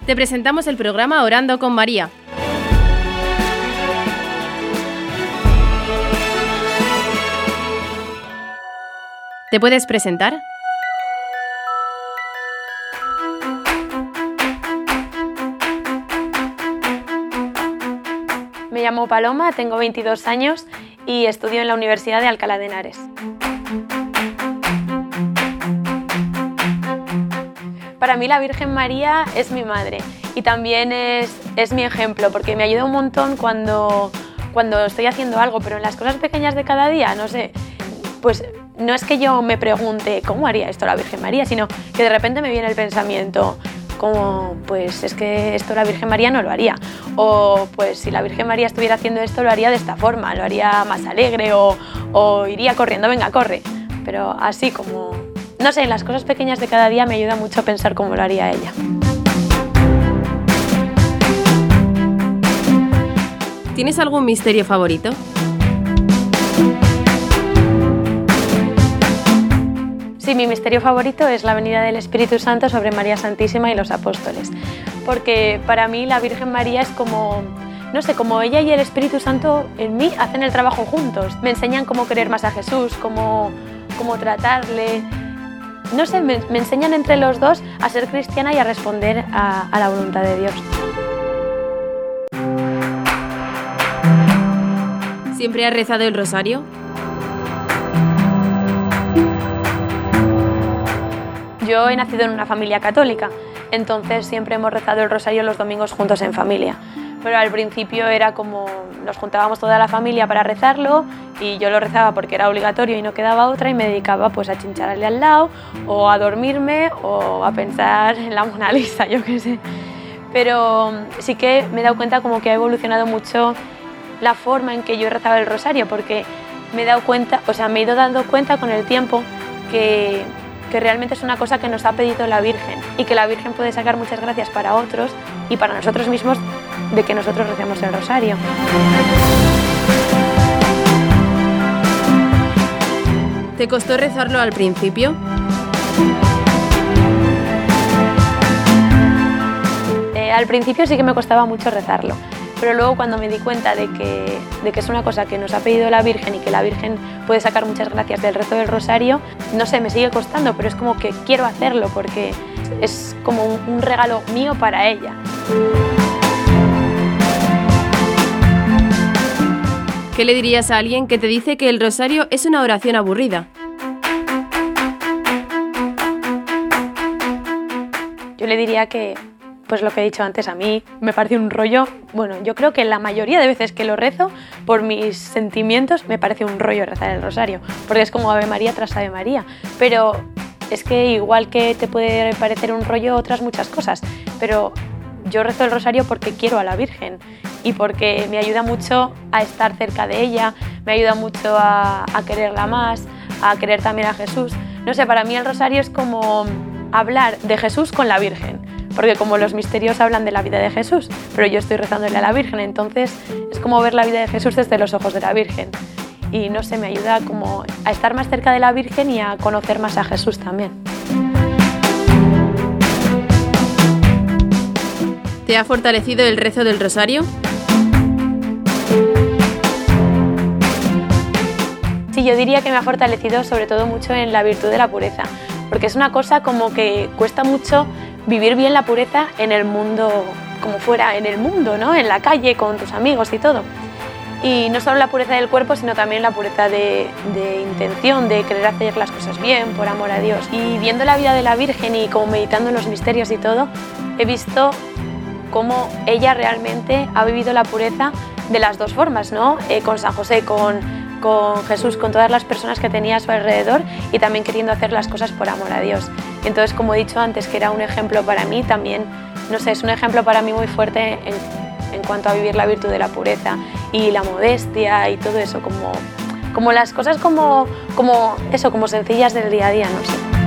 Te presentamos el programa Orando con María. ¿Te puedes presentar? Me llamo Paloma, tengo 22 años y estudio en la Universidad de Alcalá de Henares. Para mí la Virgen María es mi madre y también es mi ejemplo, porque me ayuda un montón cuando estoy haciendo algo, pero en las cosas pequeñas de cada día, no sé, pues no es que yo me pregunte cómo haría esto la Virgen María, sino que de repente me viene el pensamiento como, pues es que esto la Virgen María no lo haría, o pues si la Virgen María estuviera haciendo esto lo haría de esta forma, lo haría más alegre o iría corriendo, venga, corre, pero así como, no sé, en las cosas pequeñas de cada día me ayuda mucho a pensar cómo lo haría ella. ¿Tienes algún misterio favorito? Sí, mi misterio favorito es la venida del Espíritu Santo sobre María Santísima y los apóstoles, porque para mí la Virgen María es como, no sé, como ella y el Espíritu Santo en mí hacen el trabajo juntos, me enseñan cómo querer más a Jesús, cómo tratarle, no sé, me enseñan entre los dos a ser cristiana y a responder a la voluntad de Dios. ¿Siempre has rezado el rosario? Yo he nacido en una familia católica, entonces siempre hemos rezado el rosario los domingos juntos en familia. Pero al principio era como, nos juntábamos toda la familia para rezarlo y yo lo rezaba porque era obligatorio y no quedaba otra y me dedicaba pues a chincharle al lado o a dormirme o a pensar en la Mona Lisa, yo qué sé. Pero sí que me he dado cuenta como que ha evolucionado mucho la forma en que yo rezaba el rosario, porque me he dado cuenta, o sea, me he ido dando cuenta con el tiempo que realmente es una cosa que nos ha pedido la Virgen y que la Virgen puede sacar muchas gracias para otros y para nosotros mismos de que nosotros recemos el rosario. ¿Te costó rezarlo al principio? Al principio sí que me costaba mucho rezarlo, pero luego cuando me di cuenta de que es una cosa que nos ha pedido la Virgen y que la Virgen puede sacar muchas gracias del rezo del rosario, no sé, me sigue costando, pero es como que quiero hacerlo porque es como un regalo mío para ella. ¿Qué le dirías a alguien que te dice que el rosario es una oración aburrida? Yo le diría que, pues lo que he dicho antes, a mí me parece un rollo, bueno, yo creo que la mayoría de veces que lo rezo, por mis sentimientos, me parece un rollo rezar el rosario, porque es como Ave María tras Ave María, pero es que igual que te puede parecer un rollo otras muchas cosas, pero yo rezo el rosario porque quiero a la Virgen y porque me ayuda mucho a estar cerca de ella, me ayuda mucho a quererla más, a querer también a Jesús. No sé, para mí el rosario es como hablar de Jesús con la Virgen, porque como los misterios hablan de la vida de Jesús, pero yo estoy rezándole a la Virgen, entonces es como ver la vida de Jesús desde los ojos de la Virgen. Y no sé, me ayuda como a estar más cerca de la Virgen y a conocer más a Jesús también. ¿Te ha fortalecido el rezo del rosario? Sí, yo diría que me ha fortalecido sobre todo mucho en la virtud de la pureza, porque es una cosa como que cuesta mucho vivir bien la pureza en el mundo, como fuera en el mundo, ¿no? En la calle, con tus amigos y todo. Y no solo la pureza del cuerpo, sino también la pureza de intención, de querer hacer las cosas bien, por amor a Dios. Y viendo la vida de la Virgen y como meditando en los misterios y todo, he visto cómo ella realmente ha vivido la pureza de las dos formas, ¿no? Con San José, con Jesús, con todas las personas que tenía a su alrededor y también queriendo hacer las cosas por amor a Dios. Entonces, como he dicho antes, que era un ejemplo para mí, también, no sé, es un ejemplo para mí muy fuerte en cuanto a vivir la virtud de la pureza y la modestia y todo eso, como las cosas como sencillas del día a día, no sé.